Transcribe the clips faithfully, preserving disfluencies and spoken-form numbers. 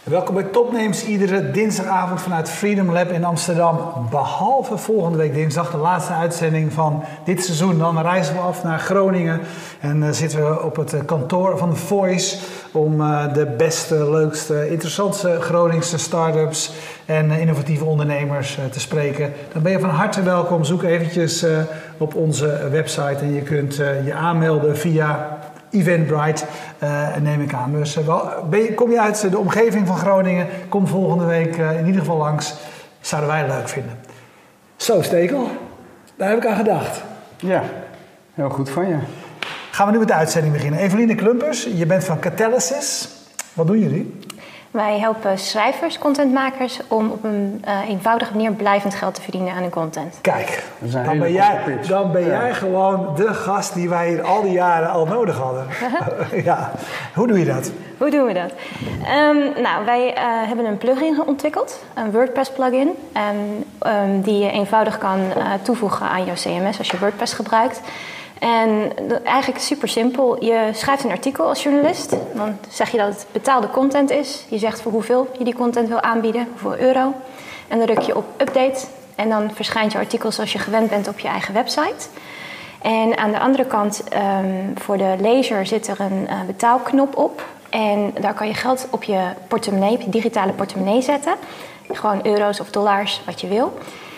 Welkom bij Topnames, iedere dinsdagavond vanuit Freedom Lab in Amsterdam. Behalve volgende week dinsdag, de laatste uitzending van dit seizoen. Dan reizen we af naar Groningen en uh, zitten we op het uh, kantoor van Voice om uh, de beste, leukste, interessantste Groningse start-ups en uh, innovatieve ondernemers uh, te spreken. Dan ben je van harte welkom. Zoek eventjes uh, op onze website en je kunt uh, je aanmelden via Eventbrite, uh, neem ik aan. Dus uh, wel, ben je, kom je uit de omgeving van Groningen, kom volgende week uh, in ieder geval langs. Zouden wij leuk vinden. Zo, Stekel, daar heb ik aan gedacht. Ja, heel goed van je. Gaan we nu met de uitzending beginnen. Eveline Klumpers, je bent van Catalysis. Wat doen jullie? Wij helpen schrijvers, contentmakers om op een uh, eenvoudige manier blijvend geld te verdienen aan hun content. Kijk, dan ben, jij, dan ben ja. jij gewoon de gast die wij hier al die jaren al nodig hadden. Ja. Hoe doe je dat? Hoe doen we dat? Um, nou, wij uh, hebben een plugin ontwikkeld, een WordPress plugin, um, um, die je eenvoudig kan uh, toevoegen aan jouw C M S als je WordPress gebruikt. En eigenlijk super simpel. Je schrijft een artikel als journalist. Dan zeg je dat het betaalde content is. Je zegt voor hoeveel je die content wil aanbieden, hoeveel euro. En dan druk je op update. En dan verschijnt je artikel zoals je gewend bent op je eigen website. En aan de andere kant, um, voor de lezer zit er een uh, betaalknop op. En daar kan je geld op je portemonnee, op je digitale portemonnee zetten. Gewoon euro's of dollars, wat je wil.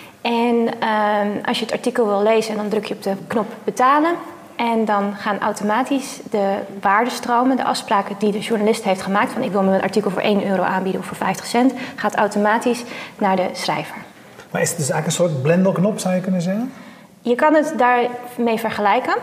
En uh, als je het artikel wil lezen, dan druk je op de knop betalen. En dan gaan automatisch de waardestromen, de afspraken die de journalist heeft gemaakt, van ik wil mijn artikel voor één euro aanbieden of voor vijftig cent, gaat automatisch naar de schrijver. Maar is het dus eigenlijk een soort blenderknop, zou je kunnen zeggen? Je kan het daarmee vergelijken.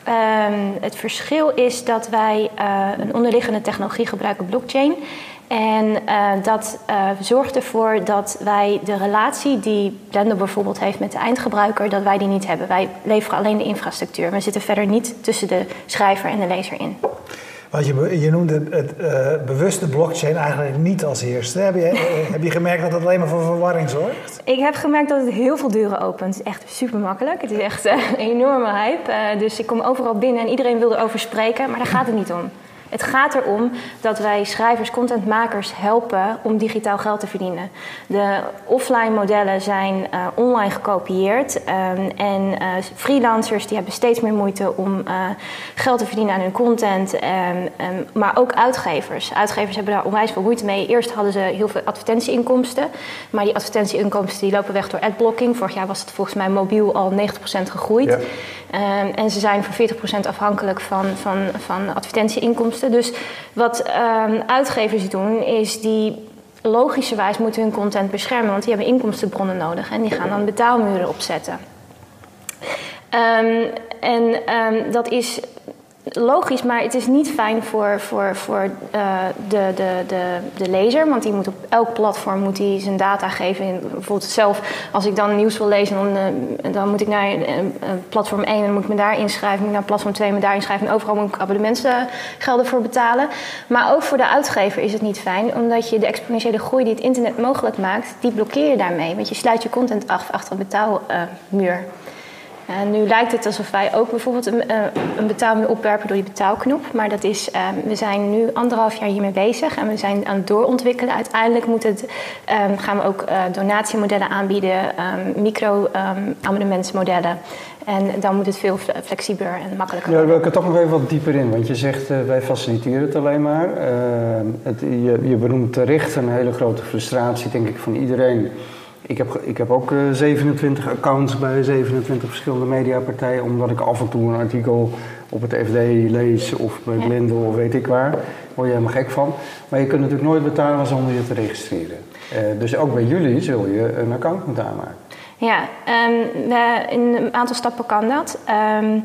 Um, het verschil is dat wij uh, een onderliggende technologie gebruiken, blockchain. En uh, dat uh, zorgt ervoor dat wij de relatie die Blender bijvoorbeeld heeft met de eindgebruiker, dat wij die niet hebben. Wij leveren alleen de infrastructuur. We zitten verder niet tussen de schrijver en de lezer in. Want je, je noemde het uh, bewuste blockchain eigenlijk niet als eerste. Heb je, heb je gemerkt dat dat alleen maar voor verwarring zorgt? Ik heb gemerkt dat het heel veel deuren opent. Het is echt super makkelijk. Het is echt uh, een enorme hype. Uh, dus ik kom overal binnen en iedereen wil erover spreken. Maar daar gaat het niet om. Het gaat erom dat wij schrijvers, contentmakers helpen om digitaal geld te verdienen. De offline modellen zijn uh, online gekopieerd. Um, en uh, freelancers die hebben steeds meer moeite om uh, geld te verdienen aan hun content. Um, um, maar ook uitgevers. Uitgevers hebben daar onwijs veel moeite mee. Eerst hadden ze heel veel advertentieinkomsten. Maar die advertentieinkomsten die lopen weg door adblocking. Vorig jaar was het volgens mij mobiel al negentig procent gegroeid. Ja. Um, en ze zijn voor veertig procent afhankelijk van, van, van advertentieinkomsten. Dus wat um, uitgevers doen, is die logischerwijs moeten hun content beschermen, want die hebben inkomstenbronnen nodig en die gaan dan betaalmuren opzetten. Um, en um, dat is logisch, maar het is niet fijn voor, voor, voor uh, de, de, de, de lezer, want die moet op elk platform moet die zijn data geven. Bijvoorbeeld zelf, als ik dan nieuws wil lezen, dan, uh, dan moet ik naar uh, platform één en dan moet ik me daar inschrijven, moet ik naar platform twee me daar inschrijven en overal moet ik abonnementsgelden voor betalen. Maar ook voor de uitgever is het niet fijn, omdat je de exponentiële groei die het internet mogelijk maakt, die blokkeer je daarmee, want je sluit je content af achter een betaalmuur. Uh, Uh, nu lijkt het alsof wij ook bijvoorbeeld een, uh, een betaalmuur opwerpen door die betaalknop. Maar dat is, uh, we zijn nu anderhalf jaar hiermee bezig en we zijn aan het doorontwikkelen. Uiteindelijk moet het, um, gaan we ook uh, donatiemodellen aanbieden, um, micro-abonnementsmodellen. Um, en dan moet het veel flexibeler en makkelijker worden. Ja, daar wil ik er toch nog even wat dieper in. Want je zegt, uh, wij faciliteren het alleen maar. Uh, het, je, je benoemt terecht een hele grote frustratie, denk ik, van iedereen. Ik heb, ik heb ook uh, zevenentwintig accounts bij zevenentwintig verschillende mediapartijen, omdat ik af en toe een artikel op het F D lees of bij Blender of weet ik waar. Daar word je helemaal gek van. Maar je kunt natuurlijk nooit betalen zonder je te registreren. Uh, dus ook bij jullie zul je een account moeten aanmaken. Ja, um, we, in een aantal stappen kan dat. Um,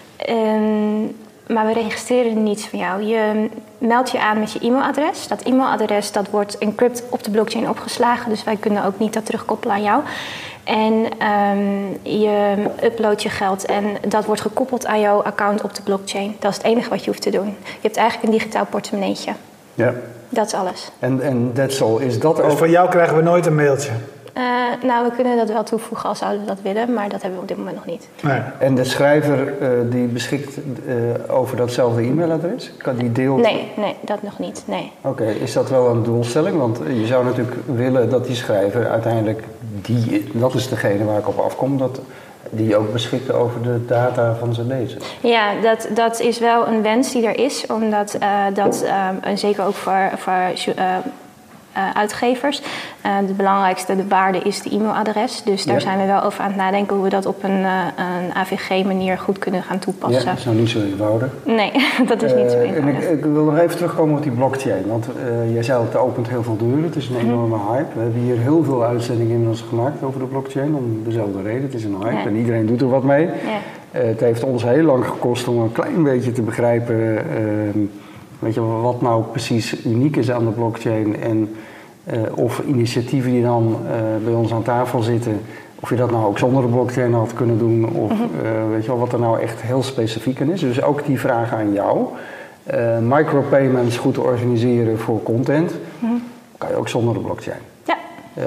um, Maar we registreren niets van jou. Je meldt je aan met je e-mailadres. Dat e-mailadres dat wordt encrypt op de blockchain opgeslagen. Dus wij kunnen ook niet dat terugkoppelen aan jou. En um, je uploadt je geld en dat wordt gekoppeld aan jouw account op de blockchain. Dat is het enige wat je hoeft te doen. Je hebt eigenlijk een digitaal portemonneetje. Ja. Dat is alles. En, en that's all. Is dat dus ook... van jou krijgen we nooit een mailtje? Uh, nou, we kunnen dat wel toevoegen als zouden we dat willen, maar dat hebben we op dit moment nog niet. Nee. En de schrijver uh, die beschikt uh, over datzelfde e-mailadres? Kan die deelt? Nee, nee, dat nog niet. Nee. Oké, okay. Is dat wel een doelstelling? Want je zou natuurlijk willen dat die schrijver uiteindelijk, die, dat is degene waar ik op afkom, dat die ook beschikt over de data van zijn lezer. Ja, dat, dat is wel een wens die er is, omdat uh, dat, uh, en zeker ook voor, voor uh, Uh, uitgevers. Uh, de belangrijkste de waarde is de e-mailadres. Dus daar ja. zijn we wel over aan het nadenken hoe we dat op een, uh, een A V G-manier goed kunnen gaan toepassen. Ja, dat is nou niet zo eenvoudig. Nee, dat is uh, niet zo eenvoudig. En ik, ik wil nog even terugkomen op die blockchain. Want uh, jij zei al, het opent heel veel deuren. Het is een enorme mm. hype. We hebben hier heel veel uitzendingen inmiddels gemaakt over de blockchain. Om dezelfde reden. Het is een hype ja. en iedereen doet er wat mee. Ja. Uh, het heeft ons heel lang gekost om een klein beetje te begrijpen Uh, weet je, wat nou precies uniek is aan de blockchain en uh, of initiatieven die dan uh, bij ons aan tafel zitten, of je dat nou ook zonder de blockchain had kunnen doen, of uh, weet je wel, wat er nou echt heel specifiek in is. Dus ook die vraag aan jou. Uh, micropayments goed organiseren voor content, mm-hmm. kan je ook zonder de blockchain. Ja. Uh,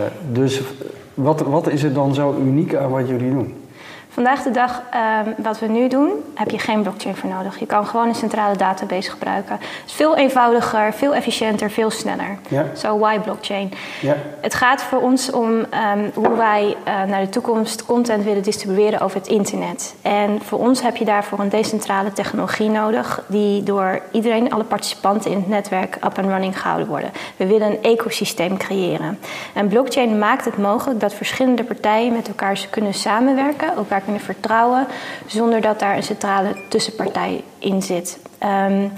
dus wat, wat is er dan zo uniek aan wat jullie doen? Vandaag de dag, uh, wat we nu doen, heb je geen blockchain voor nodig. Je kan gewoon een centrale database gebruiken. Het is veel eenvoudiger, veel efficiënter, veel sneller. Ja. Zo, why blockchain? Ja. Het gaat voor ons om um, hoe wij uh, naar de toekomst content willen distribueren over het internet. En voor ons heb je daarvoor een decentrale technologie nodig, die door iedereen, alle participanten in het netwerk, up and running gehouden worden. We willen een ecosysteem creëren. En blockchain maakt het mogelijk dat verschillende partijen met elkaar kunnen samenwerken, elkaar kunnen vertrouwen, zonder dat daar een centrale tussenpartij in zit. Um,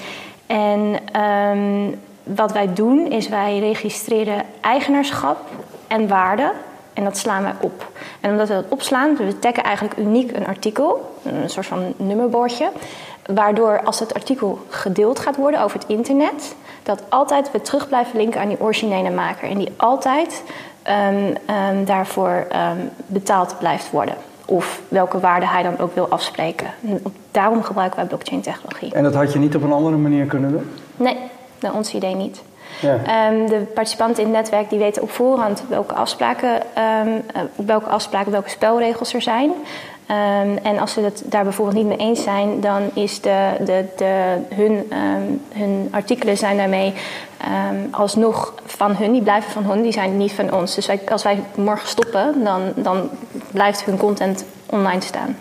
en um, wat wij doen, is wij registreren eigenaarschap en waarde. En dat slaan wij op. En omdat we dat opslaan, we taggen eigenlijk uniek een artikel, een soort van nummerbordje, waardoor als het artikel gedeeld gaat worden over het internet, dat altijd we terug blijven linken aan die originele maker. En die altijd um, um, daarvoor um, betaald blijft worden. Of welke waarde hij dan ook wil afspreken. Daarom gebruiken wij blockchain-technologie. En dat had je niet op een andere manier kunnen doen? Nee, naar ons idee niet. Ja. Um, de participanten in het netwerk die weten op voorhand welke afspraken, um, op welke afspraken, welke spelregels er zijn. Um, en als ze het daar bijvoorbeeld niet mee eens zijn, dan is de, de, de, hun, um, hun artikelen zijn daarmee um, alsnog van hun, die blijven van hun, die zijn niet van ons. Dus wij, als wij morgen stoppen, dan, dan blijft hun content online staan.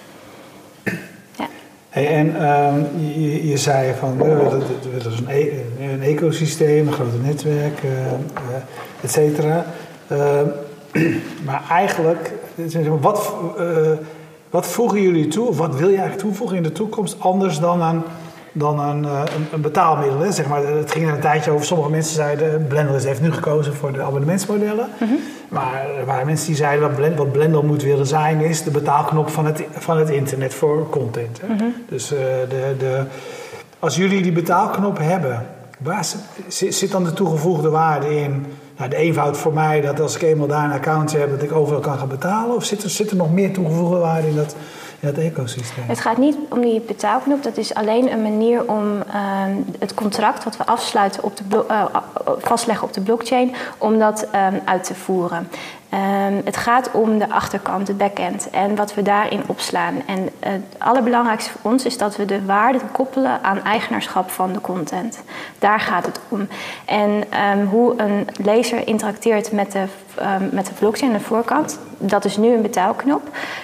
Ja. Hey, en um, je, je zei van, uh, dat, dat is een, e- een ecosysteem, een groot netwerk, uh, uh, et cetera. Uh, maar eigenlijk, wat, uh, wat voegen jullie toe, of wat wil je eigenlijk toevoegen in de toekomst anders dan een, dan een, uh, een, een betaalmiddel? Hè? Zeg maar, het ging er een tijdje over, sommige mensen zeiden, Blendel heeft nu gekozen voor de abonnementsmodellen. Mm-hmm. Maar er waren mensen die zeiden, wat Blendel, wat Blendel moet willen zijn, is de betaalknop van het, van het internet voor content. Hè? Mm-hmm. Dus uh, de, de, als jullie die betaalknop hebben, waar zit, zit dan de toegevoegde waarde in? Nou, de eenvoud voor mij, dat als ik eenmaal daar een account heb, dat ik overal kan gaan betalen? Of zit er, zit er nog meer toegevoegde waarde in dat, in dat ecosysteem? Het gaat niet om die betaalknop. Dat is alleen een manier om uh, het contract wat we afsluiten op de blo- uh, vastleggen op de blockchain, om dat um, uit te voeren. Um, het gaat om de achterkant, de backend en wat we daarin opslaan. En uh, het allerbelangrijkste voor ons is dat we de waarde koppelen aan eigenaarschap van de content. Daar gaat het om. En um, hoe een lezer interacteert met de, um, met de blockchain aan de voorkant, dat is nu een betaalknop.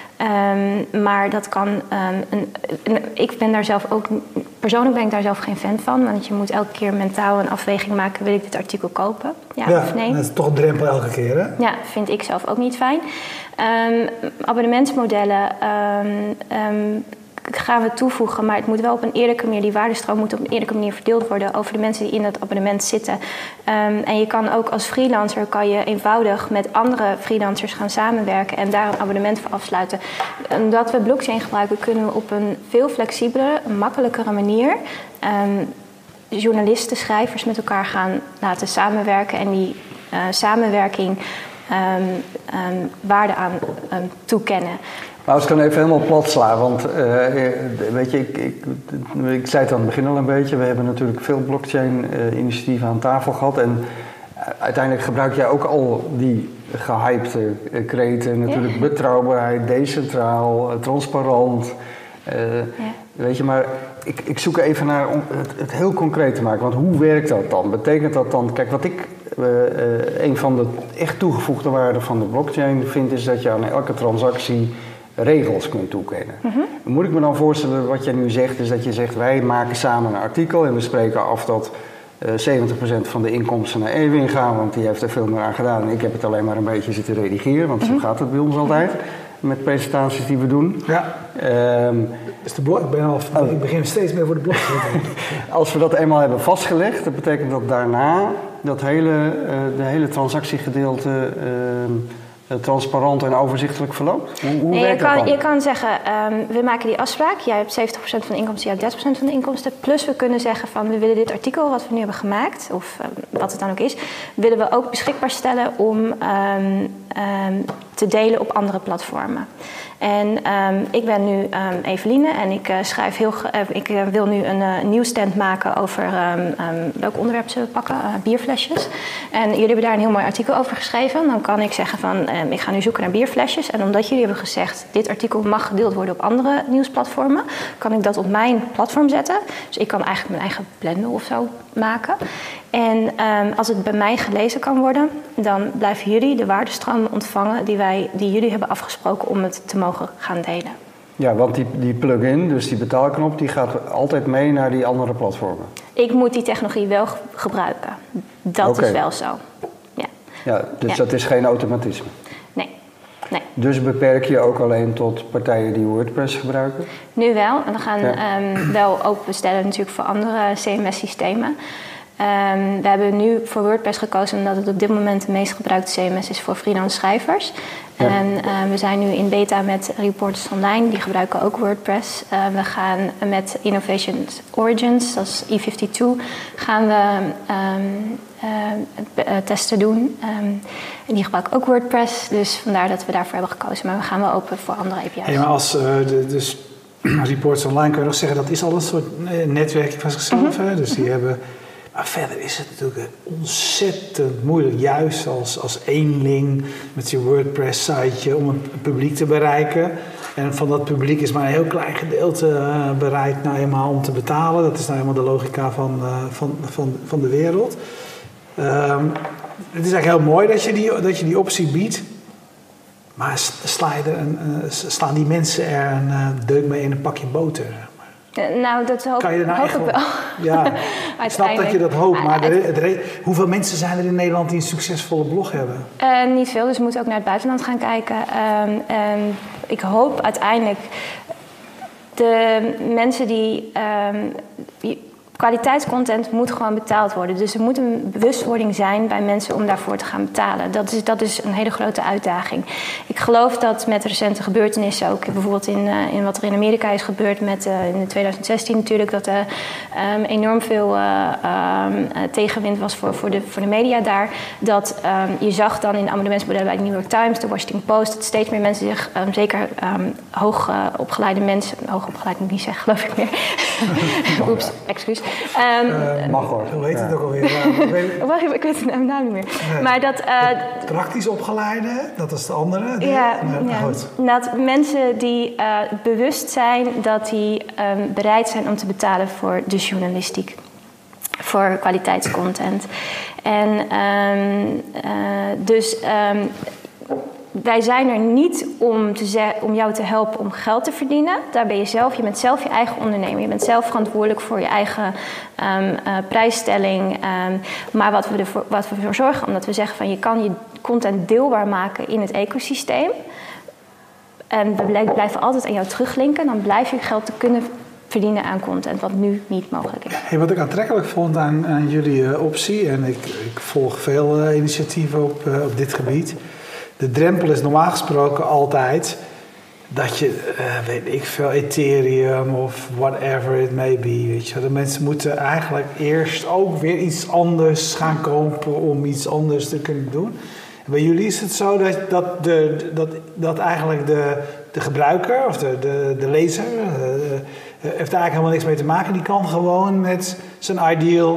Um, maar dat kan. Um, een, een, ik ben daar zelf ook. Persoonlijk ben ik daar zelf geen fan van. Want je moet elke keer mentaal een afweging maken: wil ik dit artikel kopen? Ja, ja of nee? Dat is toch een drempel elke keer, hè? Ja, vind ik zelf ook niet fijn. Um, abonnementsmodellen. Um, um, gaan we toevoegen, maar het moet wel op een eerlijke manier, die waardestroom moet op een eerlijke manier verdeeld worden over de mensen die in het abonnement zitten. Um, en je kan ook als freelancer, kan je eenvoudig met andere freelancers gaan samenwerken en daar een abonnement voor afsluiten. Omdat we blockchain gebruiken, kunnen we op een veel flexibelere, makkelijkere manier um, journalisten, schrijvers met elkaar gaan laten samenwerken en die uh, samenwerking um, um, waarde aan um, toekennen. Nou, als ik dan even helemaal plat sla, want uh, weet je, ik, ik, ik zei het aan het begin al een beetje, we hebben natuurlijk veel blockchain-initiatieven uh, aan tafel gehad en uh, uiteindelijk gebruik jij ook al die gehypte uh, kreten natuurlijk. Ja. Betrouwbaarheid, decentraal, uh, transparant. Uh, ja. Weet je, maar ik, ik zoek even naar om het, het heel concreet te maken. Want hoe werkt dat dan? Betekent dat dan... Kijk, wat ik uh, uh, een van de echt toegevoegde waarden van de blockchain vind... is dat je aan elke transactie regels kunt toekennen. Mm-hmm. Moet ik me dan voorstellen, wat jij nu zegt... is dat je zegt, wij maken samen een artikel... en we spreken af dat uh, zeventig procent van de inkomsten naar Ewin gaan... want die heeft er veel meer aan gedaan... en ik heb het alleen maar een beetje zitten redigeren... want mm-hmm. zo gaat het bij ons altijd... met presentaties die we doen. Ja. Um, dus de blog, ik, ben al, oh. ik begin steeds meer voor de blog te doen. Als we dat eenmaal hebben vastgelegd, dat betekent dat daarna dat hele, uh, de hele transactiegedeelte uh, transparant en overzichtelijk verloopt. Hoe, hoe nee, werkt je, kan, dat dan? je kan zeggen, um, we maken die afspraak. Jij hebt zeventig procent van de inkomsten, jij hebt dertig procent van de inkomsten. Plus we kunnen zeggen van, we willen dit artikel wat we nu hebben gemaakt, of um, wat het dan ook is, willen we ook beschikbaar stellen om um, um, te delen op andere platformen. En um, ik ben nu um, Eveline en ik uh, schrijf heel, uh, ik uh, wil nu een uh, nieuwsstand maken over um, um, welk onderwerp ze pakken, uh, bierflesjes. En jullie hebben daar een heel mooi artikel over geschreven. Dan kan ik zeggen van, um, ik ga nu zoeken naar bierflesjes. En omdat jullie hebben gezegd, dit artikel mag gedeeld worden op andere nieuwsplatformen, kan ik dat op mijn platform zetten. Dus ik kan eigenlijk mijn eigen blender of zo maken. En um, als het bij mij gelezen kan worden, dan blijven jullie de waardestromen ontvangen die, wij, die jullie hebben afgesproken om het te mogen gaan delen. Ja, want die, die plugin, dus die betaalknop, die gaat altijd mee naar die andere platformen. Ik moet die technologie wel gebruiken. Dat okay. is wel zo. Ja, ja dus ja. dat is geen automatisme? Nee. nee. Dus beperk je ook alleen tot partijen die WordPress gebruiken? Nu wel. En we gaan ja. um, wel ook bestellen natuurlijk voor andere C M S-systemen. Um, we hebben nu voor WordPress gekozen omdat het op dit moment de meest gebruikte C M S is voor freelance schrijvers. Ja. En uh, we zijn nu in beta met Reporters Online, die gebruiken ook WordPress. Uh, we gaan met Innovation Origins, dat is E vijfentwintig, gaan we um, uh, testen doen. Um, en die gebruiken ook WordPress, dus vandaar dat we daarvoor hebben gekozen. Maar we gaan wel open voor andere A P I's. Hey, maar als uh, de, dus Reporters Online kun je nog zeggen, dat is al een soort netwerk van zichzelf. Mm-hmm. Hè? Dus die hebben... Maar verder is het natuurlijk ontzettend moeilijk, juist als, als eenling met je WordPress-siteje, om een publiek te bereiken. En van dat publiek is maar een heel klein gedeelte uh, bereid nou eenmaal om te betalen. Dat is nou eenmaal de logica van, uh, van, van, van de wereld. Um, het is eigenlijk heel mooi dat je die, dat je die optie biedt. Maar sla je er een, uh, slaan die mensen er een uh, deuk mee in een pakje boter? Nou, dat hoop, kan je er nou hoop echt ik wel. Ja, ik snap dat je dat hoopt. Maar de, de, hoeveel mensen zijn er in Nederland die een succesvolle blog hebben? Uh, niet veel, dus we moeten ook naar het buitenland gaan kijken. Um, um, ik hoop uiteindelijk de mensen die... Um, die kwaliteitscontent moet gewoon betaald worden. Dus er moet een bewustwording zijn bij mensen om daarvoor te gaan betalen. Dat is, dat is een hele grote uitdaging. Ik geloof dat met recente gebeurtenissen, ook bijvoorbeeld in, uh, in wat er in Amerika is gebeurd met uh, in twintig zestien natuurlijk, dat er um, enorm veel uh, um, tegenwind was voor, voor, de, voor de media daar. Dat um, je zag dan in de abonnementsmodellen bij de New York Times, de Washington Post, dat steeds meer mensen zich, um, zeker um, hoog uh, opgeleide mensen, hoog opgeleid moet ik niet zeggen, geloof ik meer. Oeps, excuus. Um, uh, mag hoor. Hoe heet het ja. ook alweer? Ja, Wacht even, ik weet het naam niet meer. Nee. Maar dat, uh, praktisch opgeleide, dat is de andere. Die, ja, uh, ja. Goed. Dat mensen die uh, bewust zijn dat die um, bereid zijn om te betalen voor de journalistiek. Voor kwaliteitscontent. En um, uh, dus... Um, wij zijn er niet om, te ze- om jou te helpen om geld te verdienen. Daar ben je zelf. Je bent zelf je eigen ondernemer. Je bent zelf verantwoordelijk voor je eigen um, uh, prijsstelling. Um, maar wat we, ervoor, wat we ervoor zorgen, omdat we zeggen van je kan je content deelbaar maken in het ecosysteem. En we blijven altijd aan jou teruglinken. Dan blijf je geld te kunnen verdienen aan content, wat nu niet mogelijk is. Hey, wat ik aantrekkelijk vond aan, aan jullie uh, optie, en ik, ik volg veel uh, initiatieven op, uh, op dit gebied. De drempel is normaal gesproken altijd dat je, uh, weet ik veel, Ethereum of whatever it may be, weet je. De mensen moeten eigenlijk eerst ook weer iets anders gaan kopen om iets anders te kunnen doen. En bij jullie is het zo dat, dat, de, dat, dat eigenlijk de, de gebruiker of de, de, de lezer uh, heeft daar eigenlijk helemaal niks mee te maken. Die kan gewoon met zijn ideal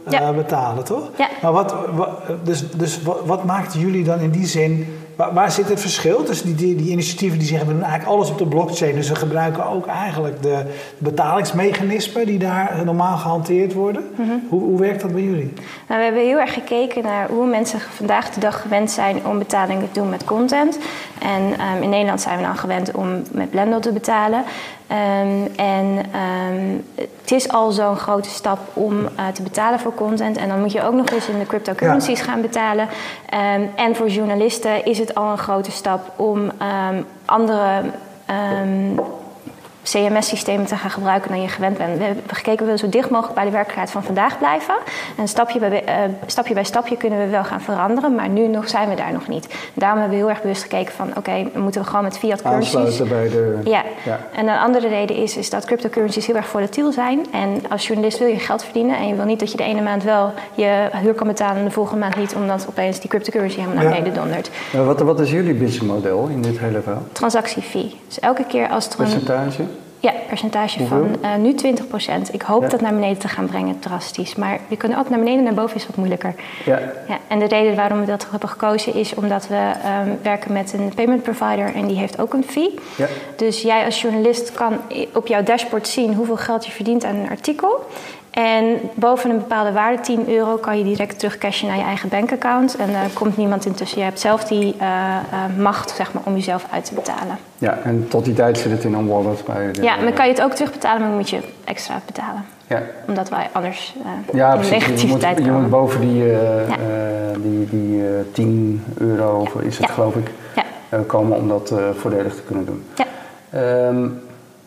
uh, ja. betalen, toch? Ja. Maar wat, wat, dus, dus wat, wat maakt jullie dan in die zin... Waar, waar zit het verschil tussen die, die, die initiatieven die zeggen... we doen eigenlijk alles op de blockchain... dus we gebruiken ook eigenlijk de betalingsmechanismen... die daar normaal gehanteerd worden. Mm-hmm. Hoe, hoe werkt dat bij jullie? Nou, we hebben heel erg gekeken naar hoe mensen vandaag de dag gewend zijn... om betalingen te doen met content. En um, in Nederland zijn we dan gewend om met Blendle te betalen... Um, en um, het is al zo'n grote stap om uh, te betalen voor content. En dan moet je ook nog eens in de cryptocurrencies ja. gaan betalen. Um, en voor journalisten is het al een grote stap om um, andere... Um, C M S-systemen te gaan gebruiken dan je gewend bent. We hebben gekeken, we willen zo dicht mogelijk bij de werkelijkheid van vandaag blijven. En stapje bij, uh, stapje bij stapje kunnen we wel gaan veranderen, maar nu nog zijn we daar nog niet. Daarom hebben we heel erg bewust gekeken van, oké, okay, moeten we gewoon met fiat currencies... Aansluiten bij de... Ja. ja. En een andere reden is, is dat cryptocurrencies heel erg volatiel zijn. En als journalist wil je geld verdienen en je wil niet dat je de ene maand wel je huur kan betalen en de volgende maand niet, omdat opeens die cryptocurrency helemaal naar beneden ja. dondert. Ja, wat, wat is jullie businessmodel in dit hele verhaal? Transactiefee. Dus elke keer als er een... Percentage? Ja, percentage Hoeveel? van uh, nu twintig procent. Ik hoop ja. dat naar beneden te gaan brengen, drastisch. Maar we kunnen ook naar beneden en naar boven is wat moeilijker. Ja. Ja, en de reden waarom we dat hebben gekozen is omdat we um, werken met een payment provider en die heeft ook een fee. Ja. Dus jij als journalist kan op jouw dashboard zien hoeveel geld je verdient aan een artikel. En boven een bepaalde waarde, tien euro, kan je direct terugcashen naar je eigen bankaccount. En er uh, komt niemand intussen. Je hebt zelf die uh, uh, macht, zeg maar, om jezelf uit te betalen. Ja, en tot die tijd zit het in een wallet bij de... Ja, maar dan kan je het ook terugbetalen, maar dan moet je extra betalen. Ja. Omdat wij anders uh, ja, in de negativiteit komen. Je moet boven die, uh, ja. uh, die, die uh, tien euro, ja. is het ja. geloof ik, ja. uh, komen om dat uh, voordelig te kunnen doen. Ja. Um,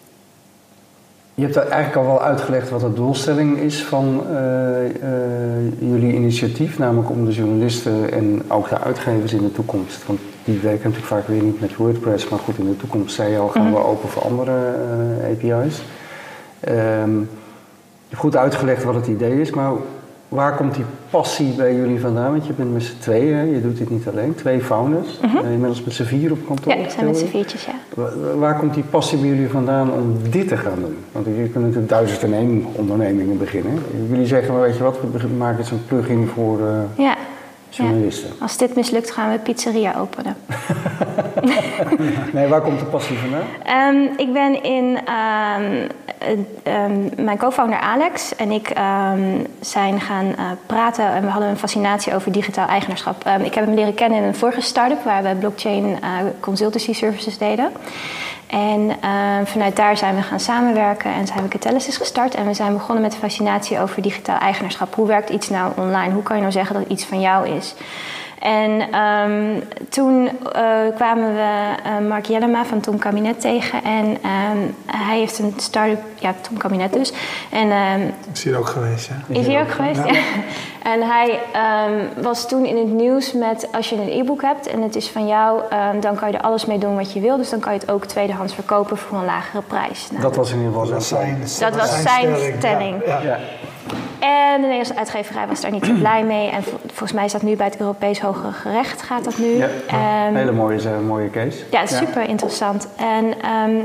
Je hebt eigenlijk al wel uitgelegd wat de doelstelling is van uh, uh, jullie initiatief. Namelijk om de journalisten en ook de uitgevers in de toekomst. Want die werken natuurlijk vaak weer niet met WordPress. Maar goed, in de toekomst, zei je al, gaan we mm-hmm. open voor andere uh, A P I's. Um, je hebt goed uitgelegd wat het idee is. Maar waar komt die passie bij jullie vandaan? Want je bent met z'n tweeën, je doet dit niet alleen. Twee founders. Mm-hmm. Uh, inmiddels met z'n vier op kantoor. Ja, we zijn met z'n viertjes, ja. Waar, waar komt die passie bij jullie vandaan om dit te gaan doen? Want jullie kunnen natuurlijk duizend en één ondernemingen beginnen. Jullie zeggen, maar weet je wat, we maken eens een plugin voor uh, ja. journalisten. Ja. Als dit mislukt, gaan we een pizzeria openen. Nee, waar komt de passie vandaan? Um, ik ben in... Um, uh, um, mijn co-founder Alex en ik um, zijn gaan uh, praten en we hadden een fascinatie over digitaal eigenaarschap. Um, ik heb hem leren kennen in een vorige start-up waar we blockchain uh, consultancy services deden. En uh, vanuit daar zijn we gaan samenwerken en zijn we Catalysis gestart. En we zijn begonnen met de fascinatie over digitaal eigenaarschap. Hoe werkt iets nou online? Hoe kan je nou zeggen dat iets van jou is? En um, toen uh, kwamen we uh, Mark Jellema van Tom Kabinet tegen. En um, hij heeft een start-up, ja, Tom Kabinet dus. En, um, is hier ook geweest, ja? Is hier ook geweest, ja. ja. En hij um, was toen in het nieuws met, als je een e-book hebt en het is van jou, um, dan kan je er alles mee doen wat je wil. Dus dan kan je het ook tweedehands verkopen voor een lagere prijs. Nou, dat was in ieder geval zijn, dat was zijn stelling. stelling. Ja. Ja. Ja. En de Nederlandse uitgeverij was daar niet zo blij mee. En volgens mij is dat nu bij het Europees Hogere Gerecht, gaat dat nu. Ja, ja. Um, hele mooie, mooie case. Ja, super ja. interessant. En um,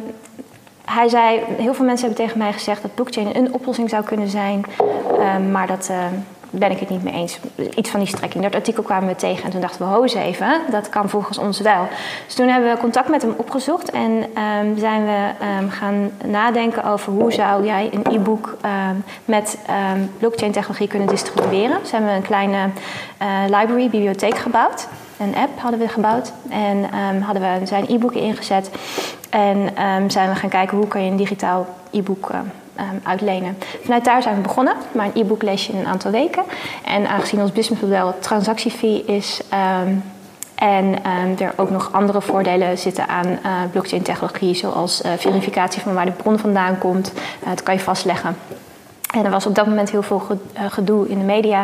hij zei, heel veel mensen hebben tegen mij gezegd dat blockchain een oplossing zou kunnen zijn. Um, maar dat... Uh, ben ik het niet mee eens. Iets van die strekking. Dat artikel kwamen we tegen en toen dachten we, ho eens even, dat kan volgens ons wel. Dus toen hebben we contact met hem opgezocht en um, zijn we um, gaan nadenken over hoe zou jij een e-book um, met um, blockchain technologie kunnen distribueren. Dus hebben we een kleine uh, library, bibliotheek gebouwd. Een app hadden we gebouwd en um, hadden we zijn e-boeken ingezet. En um, zijn we gaan kijken hoe kan je een digitaal e-book uh, Um, uitlenen. Vanuit daar zijn we begonnen, maar een e-book lees je in een aantal weken. En aangezien ons businessmodel transactiefee is um, en um, er ook nog andere voordelen zitten aan uh, blockchain technologie, zoals uh, verificatie van waar de bron vandaan komt, uh, dat kan je vastleggen. En er was op dat moment heel veel gedoe in de media.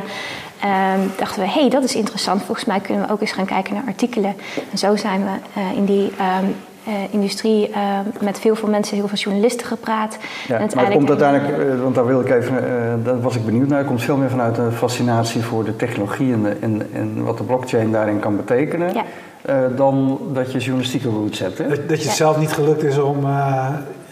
Um, dachten we, hé, hey, dat is interessant. Volgens mij kunnen we ook eens gaan kijken naar artikelen. En zo zijn we uh, in die um, uh, industrie uh, met veel veel mensen, heel veel journalisten gepraat. Ja, en maar het komt uiteindelijk, uh, want daar wil ik even, uh, daar was ik benieuwd naar. Het komt veel meer vanuit de fascinatie voor de technologie en, de, en, en wat de blockchain daarin kan betekenen. Ja. Uh, dan dat je journalistieke roots hebt. Hè? Dat, dat je het ja. zelf niet gelukt is om... Uh,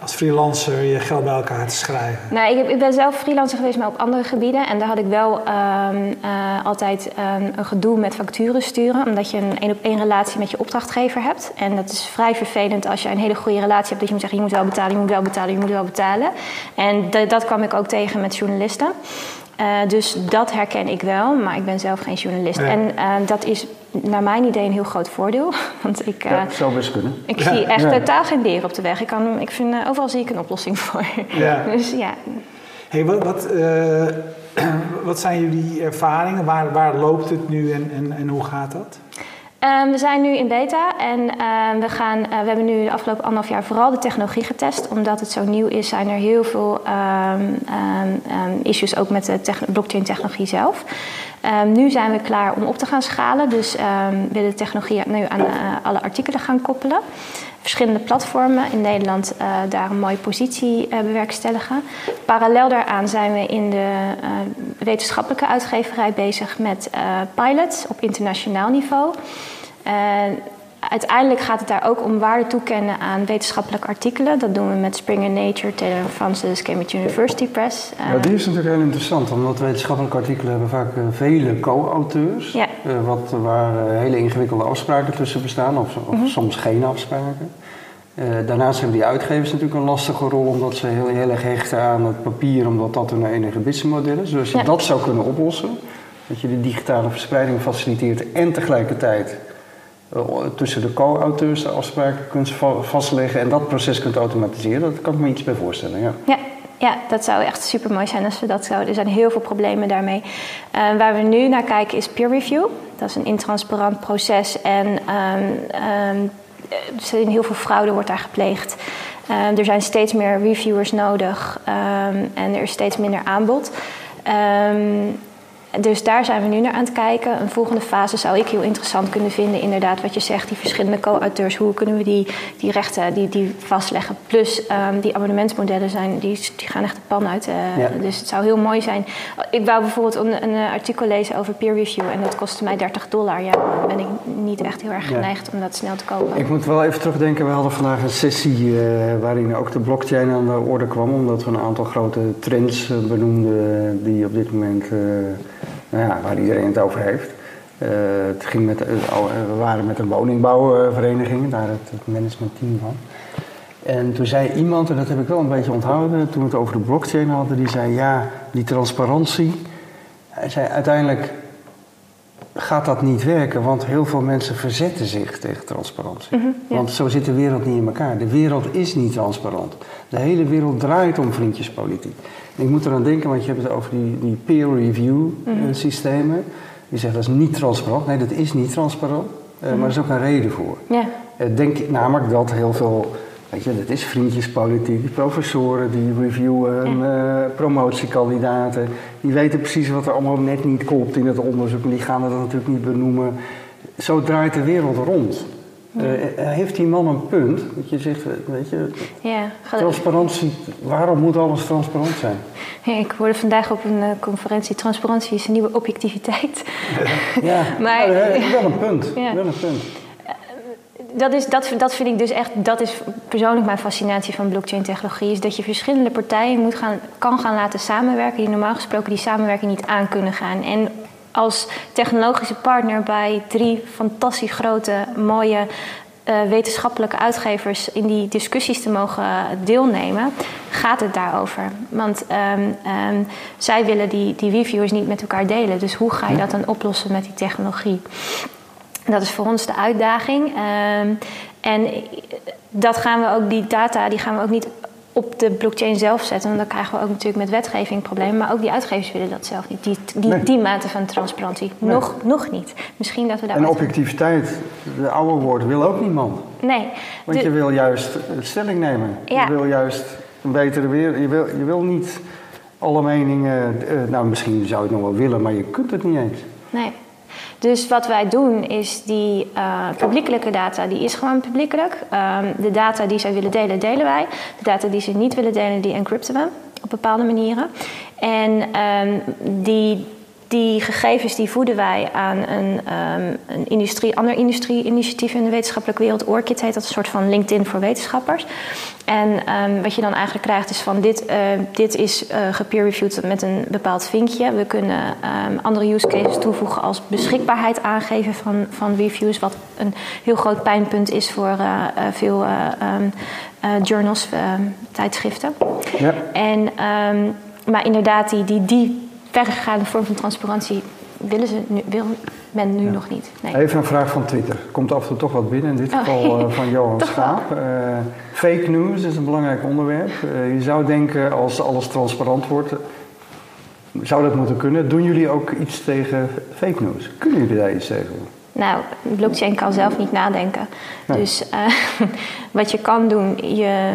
als freelancer je geld bij elkaar te schrijven? Nou, ik, heb, ik ben zelf freelancer geweest, maar op andere gebieden. En daar had ik wel um, uh, altijd um, een gedoe met facturen sturen. Omdat je een één op één relatie met je opdrachtgever hebt. En dat is vrij vervelend als je een hele goede relatie hebt. Dat je moet zeggen, je moet wel betalen, je moet wel betalen, je moet wel betalen. En d- dat kwam ik ook tegen met journalisten. Uh, dus dat herken ik wel, maar ik ben zelf geen journalist. Ja. En uh, dat is naar mijn idee een heel groot voordeel. Want ik, uh, ja, dat zou best kunnen. Ik ja. zie echt ja. totaal geen beren op de weg. Ik kan, ik vind, uh, overal zie ik een oplossing voor. Ja. Dus ja. Hey, wat, wat, uh, wat zijn jullie ervaringen? Waar, waar loopt het nu en, en, en hoe gaat dat? Um, we zijn nu in beta en uh, we, gaan, uh, we hebben nu de afgelopen anderhalf jaar vooral de technologie getest. Omdat het zo nieuw is, zijn er heel veel um, um, um, issues ook met de techn- blockchain technologie zelf. Um, nu zijn we klaar om op te gaan schalen. Dus um, willen de technologie nu aan uh, alle artikelen gaan koppelen. Verschillende platformen in Nederland uh, daar een mooie positie uh, bewerkstelligen. Parallel daaraan zijn we in de uh, wetenschappelijke uitgeverij bezig met uh, pilots op internationaal niveau. Uh, uiteindelijk gaat het daar ook om waarde toekennen aan wetenschappelijke artikelen. Dat doen we met Springer Nature, Taylor and Francis, Cambridge University Press. Uh, ja, die is natuurlijk heel interessant, omdat wetenschappelijke artikelen hebben vaak uh, vele co-auteurs. Ja. Uh, wat, waar uh, hele ingewikkelde afspraken tussen bestaan, of, of mm-hmm. soms geen afspraken. Uh, daarnaast hebben die uitgevers natuurlijk een lastige rol, omdat ze heel, heel erg hechten aan het papier, omdat dat hun enige businessmodel is. Dus als je ja. dat zou kunnen oplossen, dat je de digitale verspreiding faciliteert en tegelijkertijd uh, tussen de co-auteurs de afspraken kunt vastleggen en dat proces kunt automatiseren, dat kan ik me iets bij voorstellen. Ja. Ja. Ja, dat zou echt super mooi zijn als we dat zouden. Er zijn heel veel problemen daarmee. Uh, waar we nu naar kijken is peer review. Dat is een intransparant proces en um, um, er zijn heel veel fraude wordt daar gepleegd. Uh, er zijn steeds meer reviewers nodig um, en er is steeds minder aanbod. Um, Dus daar zijn we nu naar aan het kijken. Een volgende fase zou ik heel interessant kunnen vinden. Inderdaad, wat je zegt, die verschillende co-auteurs. Hoe kunnen we die, die rechten die, die vastleggen? Plus um, die abonnementsmodellen zijn, die, die gaan echt de pan uit. Uh, ja. Dus het zou heel mooi zijn. Ik wou bijvoorbeeld een, een artikel lezen over peer review. En dat kostte mij dertig dollar. Ja, dan ben ik niet echt heel erg geneigd ja. om dat snel te kopen. Ik moet wel even terugdenken. We hadden vandaag een sessie uh, waarin ook de blockchain aan de orde kwam. Omdat we een aantal grote trends uh, benoemden die op dit moment... Uh, Nou ja, waar iedereen het over heeft. Uh, het ging met, uh, we waren met een woningbouwvereniging, daar het, het managementteam van. En toen zei iemand, en dat heb ik wel een beetje onthouden, toen we het over de blockchain hadden, die zei ja, die transparantie. Hij zei uiteindelijk gaat dat niet werken, want heel veel mensen verzetten zich tegen transparantie. Mm-hmm, ja. Want zo zit de wereld niet in elkaar. De wereld is niet transparant. De hele wereld draait om vriendjespolitiek. Ik moet eraan denken, want je hebt het over die, die peer review mm-hmm. systemen. Die zeggen dat is niet transparant. Nee, dat is niet transparant. Uh, mm-hmm. Maar er is ook een reden voor. Ja. Uh, denk namelijk dat heel veel, weet je, dat is vriendjespolitiek. Die professoren die reviewen ja. uh, promotiekandidaten. Die weten precies wat er allemaal net niet klopt in het onderzoek. En die gaan dat natuurlijk niet benoemen. Zo draait de wereld rond. Uh, heeft die man een punt? Dat je zegt, weet je, ja, transparantie, waarom moet alles transparant zijn? Ja, ik hoorde vandaag op een uh, conferentie, transparantie is een nieuwe objectiviteit. Ja, maar ja, wel een punt. Ja. Wel een punt. Dat, is, dat, dat vind ik dus echt, dat is persoonlijk mijn fascinatie van blockchain technologie, is dat je verschillende partijen moet gaan, kan gaan laten samenwerken die normaal gesproken die samenwerking niet aan kunnen gaan. En als technologische partner bij drie fantastisch grote, mooie uh, wetenschappelijke uitgevers in die discussies te mogen deelnemen, gaat het daarover. Want um, um, zij willen die, die reviewers niet met elkaar delen. Dus hoe ga je dat dan oplossen met die technologie? Dat is voor ons de uitdaging. Um, en dat gaan we ook, die data die gaan we ook niet op de blockchain zelf zetten. Want dan krijgen we ook natuurlijk met wetgeving problemen. Maar ook die uitgevers willen dat zelf niet. Die, die, nee. die mate van transparantie. Nee. Nog, nog niet. Misschien dat we daar en objectiviteit, de oude woord, wil ook niemand. Nee. Want de, je wil juist stelling nemen. Ja. Je wil juist een betere wereld. Je wil, je wil niet alle meningen... Uh, nou, misschien zou je het nog wel willen, maar je kunt het niet eens. Nee. Dus wat wij doen is die uh, publiekelijke data, die is gewoon publiekelijk. Um, de data die zij willen delen, delen wij. De data die ze niet willen delen, die encrypten we op bepaalde manieren. En um, die die gegevens die voeden wij aan een, um, een industrie, ander industrie-initiatief in de wetenschappelijke wereld. ORCID heet dat, een soort van LinkedIn voor wetenschappers. En um, wat je dan eigenlijk krijgt is van dit, uh, dit is uh, gepeer-reviewed met een bepaald vinkje. We kunnen um, andere use cases toevoegen als beschikbaarheid aangeven van, van reviews. Wat een heel groot pijnpunt is voor uh, uh, veel uh, um, uh, journals, uh, tijdschriften. Ja. En, um, maar inderdaad, die, die, die verregaande vorm van transparantie willen ze nu, wil men nu ja. nog niet. Nee. Even een vraag van Twitter. Komt af en toe toch wat binnen, in dit oh, geval uh, van Johan Schaap. Uh, fake news is een belangrijk onderwerp. Uh, je zou denken, als alles transparant wordt, zou dat moeten kunnen. Doen jullie ook iets tegen fake news? Kunnen jullie daar iets tegen doen? Nou, blockchain kan zelf niet nadenken. Nee. Dus uh, wat je kan doen, je...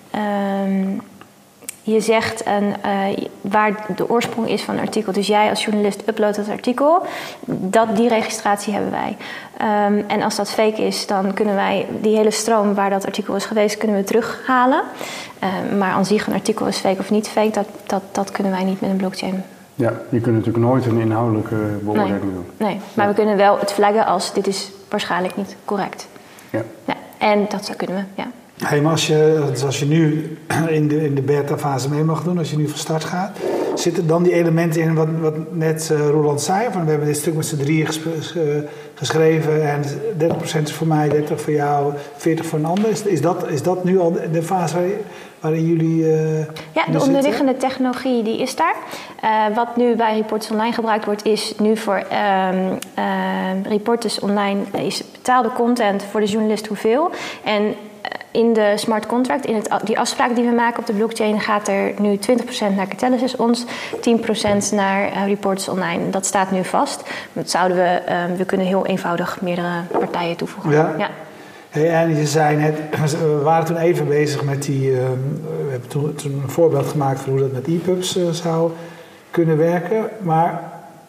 Um, Je zegt een, uh, waar de oorsprong is van een artikel. Dus jij als journalist uploadt het artikel. Dat, die registratie hebben wij. Um, en als dat fake is, dan kunnen wij die hele stroom waar dat artikel is geweest, kunnen we terughalen. Uh, maar aan zich een artikel is fake of niet fake, dat, dat, dat kunnen wij niet met een blockchain. Ja, je kunt natuurlijk nooit een inhoudelijke beoordeling nee, doen. Nee, maar ja. we kunnen wel het flaggen als dit is waarschijnlijk niet correct. Ja. Ja, en dat zou kunnen we, ja. Hey, maar als je, dus als je nu in de, in de beta-fase mee mag doen, als je nu van start gaat, zitten dan die elementen in wat, wat net uh, Roland zei? Van, we hebben dit stuk met z'n drieën ges- geschreven en dertig procent is voor mij, dertig procent voor jou, veertig procent voor een ander. Is, is, dat, is dat nu al de fase waarin, waarin jullie uh, Ja, de onderliggende technologie die is daar. Uh, wat nu bij Reporters Online gebruikt wordt, is nu voor um, uh, Reporters Online is betaalde content voor de journalist hoeveel. En in de smart contract, in het, die afspraak die we maken op de blockchain, gaat er nu twintig procent naar Catalysis ons, tien procent naar uh, Reporters Online. Dat staat nu vast. Dat zouden we, uh, we kunnen heel eenvoudig meerdere partijen toevoegen. Ja. Ja. Hey, en je zei net, we waren toen even bezig met die, uh, we hebben toen, toen een voorbeeld gemaakt van hoe dat met e pubs uh, zou kunnen werken, maar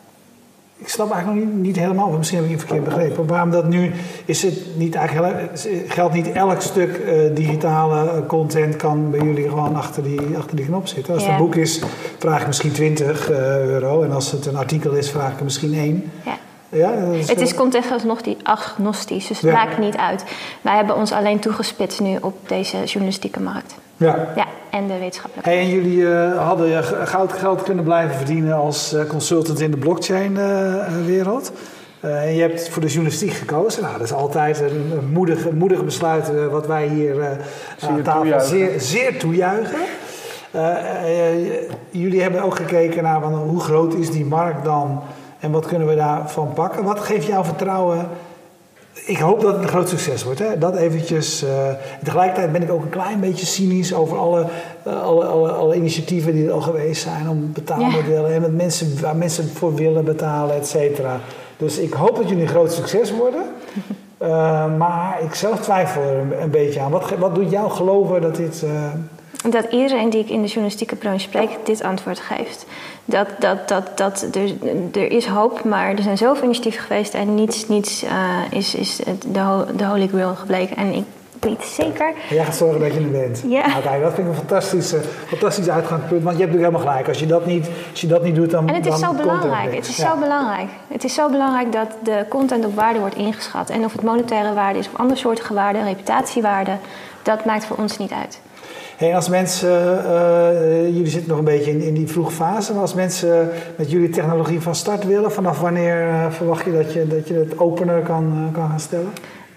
ik snap eigenlijk nog niet, niet helemaal, misschien heb ik het verkeerd begrepen. Waarom dat nu, is het niet eigenlijk, geldt niet elk stuk uh, digitale content kan bij jullie gewoon achter die, achter die knop zitten? Als ja. het een boek is, vraag ik misschien twintig uh, euro en als het een artikel is, vraag ik er misschien één. Ja. Ja, is het is contextagnostisch, dus het ja. maakt niet uit. Wij hebben ons alleen toegespitst nu op deze journalistieke markt. Ja. Ja, en de wetenschappelijke. Hey, en jullie uh, hadden goud geld kunnen blijven verdienen als uh, consultant in de blockchain-wereld. Uh, uh, en je hebt voor de journalistiek gekozen. Nou, dat is altijd een, een moedig, moedig besluit uh, wat wij hier uh, aan tafel toejuichen. Zeer, zeer toejuichen. Uh, uh, jullie hebben ook gekeken naar van, hoe groot is die markt dan en wat kunnen we daarvan pakken. Wat geeft jou vertrouwen? Ik hoop dat het een groot succes wordt. Hè? Dat eventjes. Uh, tegelijkertijd ben ik ook een klein beetje cynisch over alle, uh, alle, alle, alle initiatieven die er al geweest zijn om betaalmodellen ja. en met mensen, waar mensen voor willen betalen, et cetera. Dus ik hoop dat jullie een groot succes worden. Uh, maar ik zelf twijfel er een, een beetje aan. Wat, wat doet jou geloven dat dit... Uh... Dat iedereen die ik in de journalistieke branche spreek dit antwoord geeft. Dat, dat, dat, dat er, er is hoop, maar er zijn zoveel initiatieven geweest en niets, niets uh, is, is de, de holy grail gebleken. En ik weet zeker... En jij gaat zorgen dat je er bent. Ja. Nou, kijk, dat vind ik een fantastisch, uh, fantastisch uitgangspunt, want je hebt natuurlijk helemaal gelijk. Als je dat niet, als je dat niet doet, dan... En het is dan zo belangrijk. Het is ja. zo belangrijk. Het is zo belangrijk dat de content op waarde wordt ingeschat. En of het monetaire waarde is of andersoortige waarde, reputatiewaarde, dat maakt voor ons niet uit. Hey, als mensen, uh, jullie zitten nog een beetje in, in die vroege fase, maar als mensen met jullie technologie van start willen, vanaf wanneer uh, verwacht je dat, je dat je het opener kan, uh, kan gaan stellen?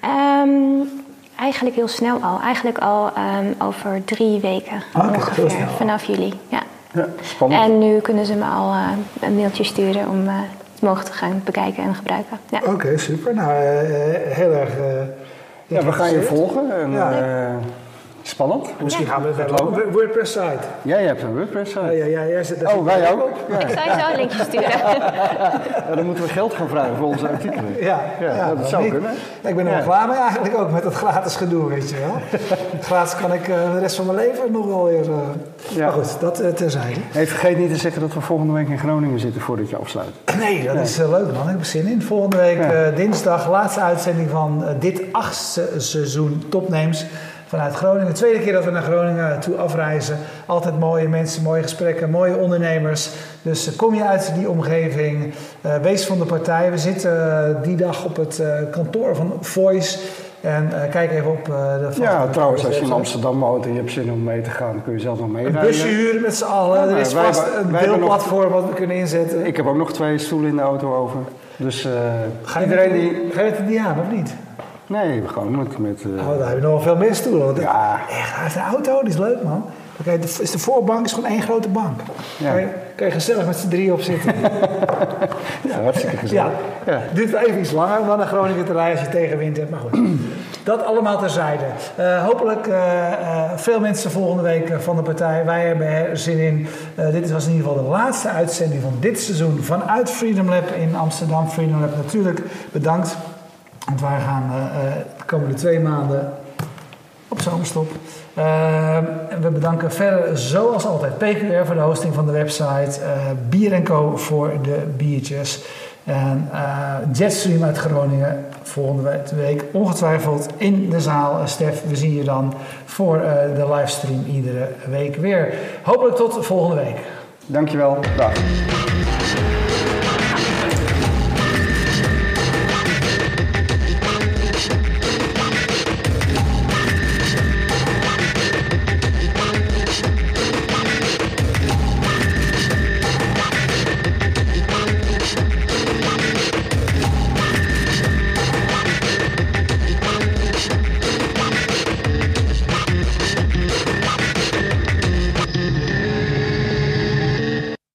Um, eigenlijk heel snel al. Eigenlijk al um, over drie weken okay, ongeveer, vanaf juli. Ja. Ja, spannend. En nu kunnen ze me al uh, een mailtje sturen om uh, het mogen te gaan bekijken en gebruiken. Ja. Oké, okay, super. Nou, uh, heel erg... Uh, ja, we gaan je volgen. En, ja. uh, Spannend. Misschien ja. gaan we het lopen. WordPress-site. Ja, je hebt een WordPress-site. Ja, ja, ja, ja, oh, wij ook. Ja. Ik zou je zo een linkje sturen. Ja, dan moeten we geld gaan vragen voor onze artikelen. Ja, ja, ja dat, dat zou niet. kunnen. Ik ben er ja. wel klaar mee eigenlijk ook met dat gratis gedoe, weet je wel. Gratis kan ik uh, de rest van mijn leven nog wel weer... Uh... Ja. Maar goed, dat uh, terzijde. Hey, vergeet niet te zeggen dat we volgende week in Groningen zitten voordat je afsluit. Nee, dat nee. is uh, leuk man. Ik heb er zin in. Volgende week ja. uh, dinsdag, laatste uitzending van uh, dit achtste seizoen Topnames vanuit Groningen. De tweede keer dat we naar Groningen toe afreizen. Altijd mooie mensen, mooie gesprekken, mooie ondernemers. Dus uh, kom je uit die omgeving, uh, wees van de partij. We zitten uh, die dag op het uh, kantoor van Voice. En uh, kijk even op uh, de... Ja, trouwens, als je in Amsterdam woont en je hebt zin om mee te gaan, kun je zelf nog meerijden. Een busje huren met z'n allen. Ja, er is vast hebben, een deelplatform wat we kunnen inzetten. Ik heb ook nog twee stoelen in de auto over. Dus uh, ga je iedereen met, die... Ga je met die aan, of niet? Nee, we gaan met... met uh... oh, daar heb je nog wel veel meer stoelen. Want ja. Echt, hij heeft een auto, die is leuk, man. Okay, de, is de voorbank is gewoon één grote bank. Ja. Kan, je, kan je gezellig met z'n drieën op zitten. Ja, hartstikke gezellig. Ja. Ja. Duurt wel even iets langer om naar Groningen te rijden als je tegenwind hebt. Maar goed, dat allemaal terzijde. Uh, hopelijk uh, uh, veel mensen volgende week van de partij. Wij hebben er zin in. Uh, dit was in ieder geval de laatste uitzending van dit seizoen vanuit Freedom Lab in Amsterdam. Freedom Lab natuurlijk bedankt. Want wij gaan uh, uh, de komende twee maanden op zomerstop. Uh, we bedanken verder zoals altijd P Q R voor de hosting van de website. Uh, Bier en Co voor de biertjes. En uh, Jetstream uit Groningen volgende week ongetwijfeld in de zaal. Uh, Stef, we zien je dan voor uh, de livestream iedere week weer. Hopelijk tot volgende week. Dankjewel. Dag.